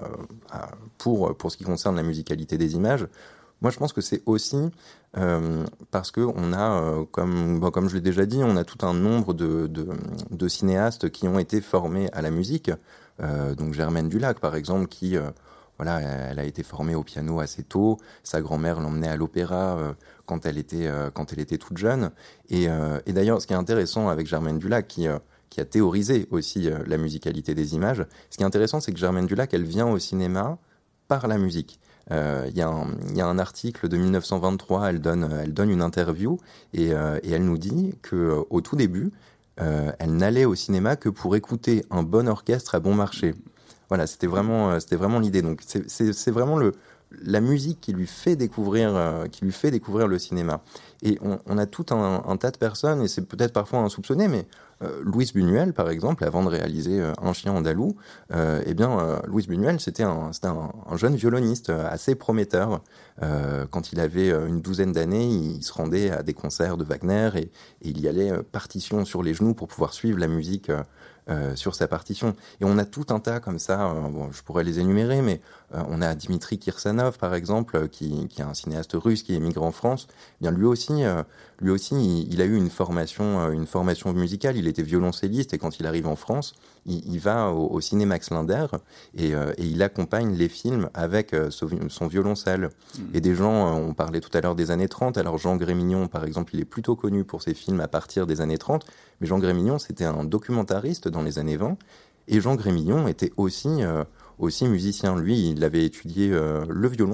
pour, pour ce qui concerne la musicalité des images, moi je pense que c'est aussi euh, parce que on a, euh, comme, bon, comme je l'ai déjà dit, on a tout un nombre de, de, de cinéastes qui ont été formés à la musique. Euh, donc Germaine Dulac, par exemple, qui euh, voilà, elle a été formée au piano assez tôt. Sa grand-mère l'emmenait à l'opéra euh, quand elle était euh, quand elle était toute jeune. Et, euh, et d'ailleurs, ce qui est intéressant avec Germaine Dulac, qui euh, qui a théorisé aussi euh, la musicalité des images, ce qui est intéressant, c'est que Germaine Dulac, elle vient au cinéma par la musique. Il euh, y, y a un article de dix-neuf cent vingt-trois, elle donne, elle donne une interview et, euh, et elle nous dit qu'au euh, tout début, euh, elle n'allait au cinéma que pour écouter un bon orchestre à bon marché. Voilà, c'était vraiment, euh, c'était vraiment l'idée. Donc c'est, c'est, c'est vraiment le, la musique qui lui fait découvrir, euh, qui lui fait découvrir le cinéma. Et on, on a tout un, un tas de personnes, et c'est peut-être parfois insoupçonné, mais euh, Luis Buñuel, par exemple, avant de réaliser euh, Un chien andalou, euh, eh bien, euh, Luis Buñuel, c'était un, c'était un, un jeune violoniste euh, assez prometteur. Euh, quand il avait euh, une douzaine d'années, il se rendait à des concerts de Wagner et, et il y allait euh, partition sur les genoux pour pouvoir suivre la musique euh, euh, sur sa partition. Et on a tout un tas comme ça, euh, bon, je pourrais les énumérer, mais euh, on a Dimitri Kirsanov, par exemple, qui, qui est un cinéaste russe qui émigre en France. Eh bien, lui aussi, euh, lui aussi, il, il a eu une formation, euh, une formation musicale. Il était violoncelliste et quand il arrive en France, il, il va au, au ciné Max Linder et, euh, et il accompagne les films avec euh, son, son violoncelle. Mmh. Et des gens, euh, on parlait tout à l'heure des années trente. Alors Jean Grémignon, par exemple, il est plutôt connu pour ses films à partir des années trente. Mais Jean Grémignon, c'était un documentariste dans les années vingt. Et Jean Grémignon était aussi... Euh, aussi musicien. Lui, il avait étudié euh, le violon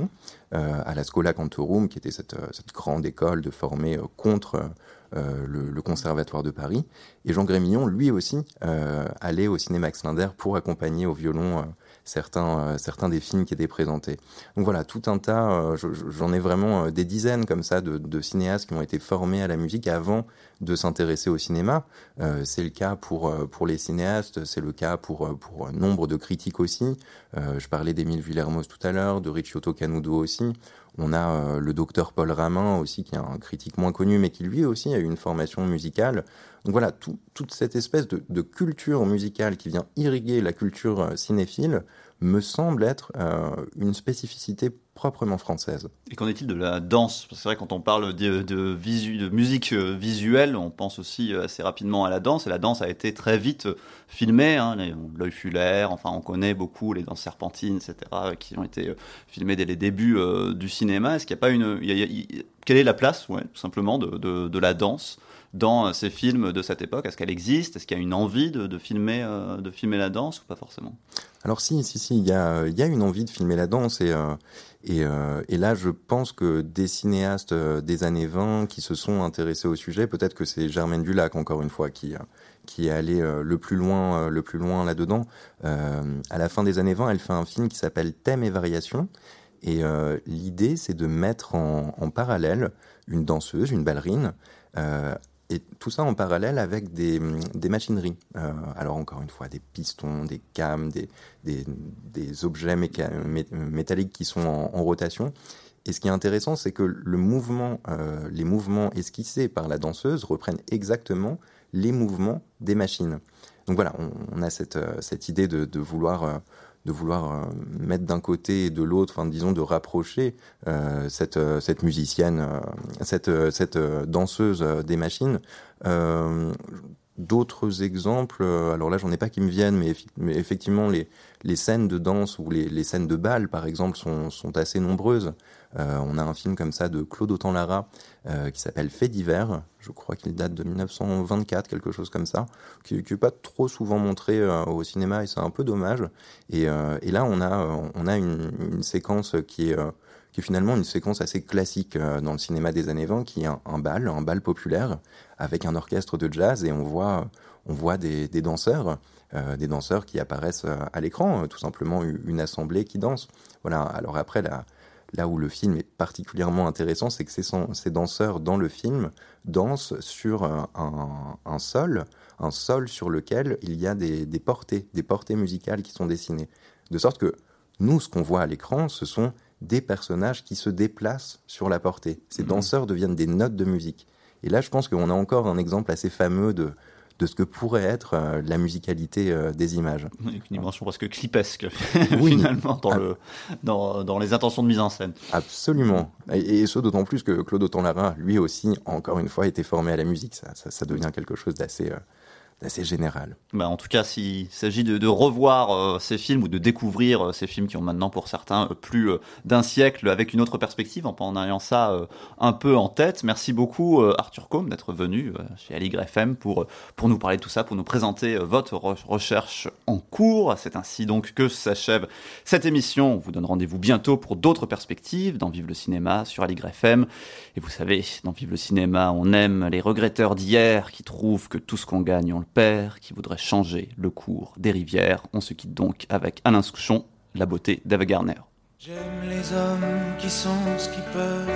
euh, à la Schola Cantorum, qui était cette, cette grande école de formée euh, contre euh, le, le Conservatoire de Paris. Et Jean Grémillon, lui aussi, euh, allait au cinéma Max Linder pour accompagner au violon euh, certains, euh, certains des films qui étaient présentés. Donc voilà, tout un tas, euh, je, j'en ai vraiment euh, des dizaines comme ça de, de cinéastes qui ont été formés à la musique avant de s'intéresser au cinéma. Euh, c'est le cas pour, euh, pour les cinéastes, c'est le cas pour, pour nombre de critiques aussi. Euh, je parlais d'Émile Villermoz tout à l'heure, de Ricciotto Canudo aussi. On a euh, le docteur Paul Ramin aussi, qui est un critique moins connu, mais qui lui aussi a eu une formation musicale. Donc voilà, tout, toute cette espèce de, de culture musicale qui vient irriguer la culture euh, cinéphile me semble être euh, une spécificité proprement française. Et qu'en est-il de la danse ? Parce que c'est vrai, quand on parle de, de, visu, de musique visuelle, on pense aussi assez rapidement à la danse, et la danse a été très vite filmée, hein, l'œil Fuller, enfin on connaît beaucoup les danses serpentines, et cetera, qui ont été filmées dès les débuts euh, du cinéma. Est-ce qu'il n'y a pas une... Il y a, il y a, quelle est la place, ouais, tout simplement, de, de, de la danse dans ces films de cette époque ? Est-ce qu'elle existe ? Est-ce qu'il y a une envie de, de, filmer, euh, de filmer la danse ou pas forcément ? Alors si, si, si, il y a, il y a une envie de filmer la danse et, euh, et, euh, et là je pense que des cinéastes euh, des années vingt qui se sont intéressés au sujet, peut-être que c'est Germaine Dulac encore une fois qui, qui est allée euh, le plus loin, euh, le plus loin là-dedans. Euh, à la fin des années vingt, elle fait un film qui s'appelle Thèmes et variations. Et euh, l'idée, c'est de mettre en, en parallèle une danseuse, une ballerine, euh, et tout ça en parallèle avec des, des machineries. Euh, alors encore une fois, des pistons, des cames, des, des, des objets méca- mé- métalliques qui sont en, en rotation. Et ce qui est intéressant, c'est que le mouvement, euh, les mouvements esquissés par la danseuse reprennent exactement les mouvements des machines. Donc voilà, on, on a cette, cette idée de, de vouloir... Euh, de vouloir euh, mettre d'un côté et de l'autre, enfin disons de rapprocher euh, cette, euh, cette musicienne, euh, cette, euh, cette euh, danseuse euh, des machines. Euh, d'autres exemples, euh, alors là j'en ai pas qui me viennent, mais, mais effectivement les, les scènes de danse ou les, les scènes de bal par exemple sont, sont assez nombreuses. Euh, on a un film comme ça de Claude Autant-Lara euh, qui s'appelle Faits divers, je crois qu'il date de dix-neuf cent vingt-quatre, quelque chose comme ça, qui n'est pas trop souvent montré euh, au cinéma et c'est un peu dommage. Et, euh, et là on a, on a une, une séquence qui est, euh, qui est finalement une séquence assez classique euh, dans le cinéma des années vingt, qui est un, un bal, un bal populaire avec un orchestre de jazz et on voit, on voit des, des danseurs, euh, des danseurs qui apparaissent à l'écran, euh, tout simplement une assemblée qui danse. Voilà. Alors après la Là où le film est particulièrement intéressant, c'est que ces, ces danseurs dans le film dansent sur un, un sol, un sol sur lequel il y a des, des portées, des portées musicales qui sont dessinées. De sorte que nous, ce qu'on voit à l'écran, ce sont des personnages qui se déplacent sur la portée. Ces mmh. danseurs deviennent des notes de musique. Et là, je pense qu'on a encore un exemple assez fameux de... de ce que pourrait être euh, la musicalité euh, des images. Une dimension presque clipesque, oui. finalement, dans, ah. le, dans, dans les intentions de mise en scène. Absolument. Et, et ce, d'autant plus que Claude Autant-Lara, lui aussi, encore une fois, était formé à la musique. Ça, ça, ça devient quelque chose d'assez... Euh, assez général. Bah en tout cas, s'il s'agit de, de revoir euh, ces films ou de découvrir euh, ces films qui ont maintenant pour certains euh, plus euh, d'un siècle avec une autre perspective, en, en ayant ça euh, un peu en tête. Merci beaucoup euh, Arthur Côme d'être venu euh, chez Aligre F M pour, euh, pour nous parler de tout ça, pour nous présenter euh, votre re- recherche en cours. C'est ainsi donc que s'achève cette émission. On vous donne rendez-vous bientôt pour d'autres perspectives dans Vive le cinéma sur Aligre F M. Et vous savez, dans Vive le cinéma, on aime les regretteurs d'hier qui trouvent que tout ce qu'on gagne, on le père qui voudrait changer le cours des rivières. On se quitte donc avec Alain Souchon, La beauté d'Ava Gardner. J'aime les hommes qui sont ce qu'ils peuvent,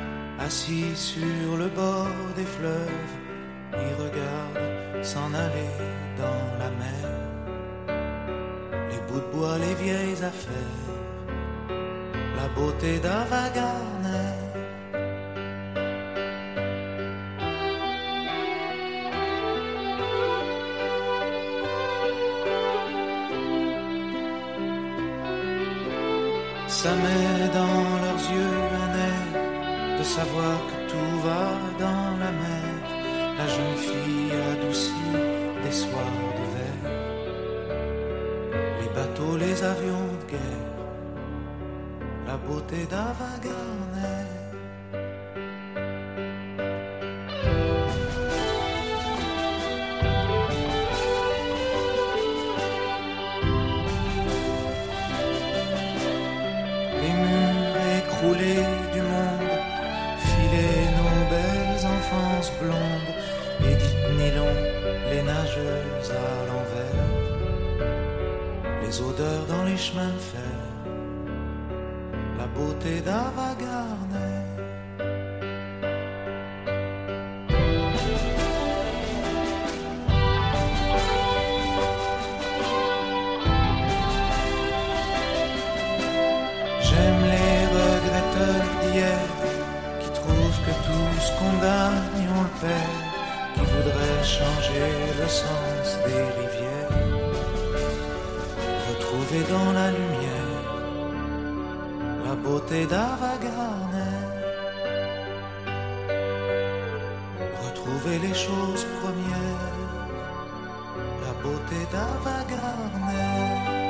assis sur le bord des fleuves, ils regardent s'en aller dans la mer. Les bouts de bois, les vieilles affaires, la beauté d'Ava Gardner. Ça met dans leurs yeux un air de savoir que tout va dans la mer. La jeune fille adoucie des soirs d'hiver, les bateaux, les avions de guerre, la beauté d'Ava Gardner. boulet du monde, filer nos belles enfances blondes, Édith Nylon, les nageuses à l'envers, les odeurs dans les chemins de fer, la beauté d'Ava Gardner. J'aime les regretteurs d'hier qui trouvent que tout ce qu'on gagne on le perd, qui voudraient changer le sens des rivières, retrouver dans la lumière la beauté d'Ava Gardner, retrouver les choses premières, la beauté d'Ava Gardner.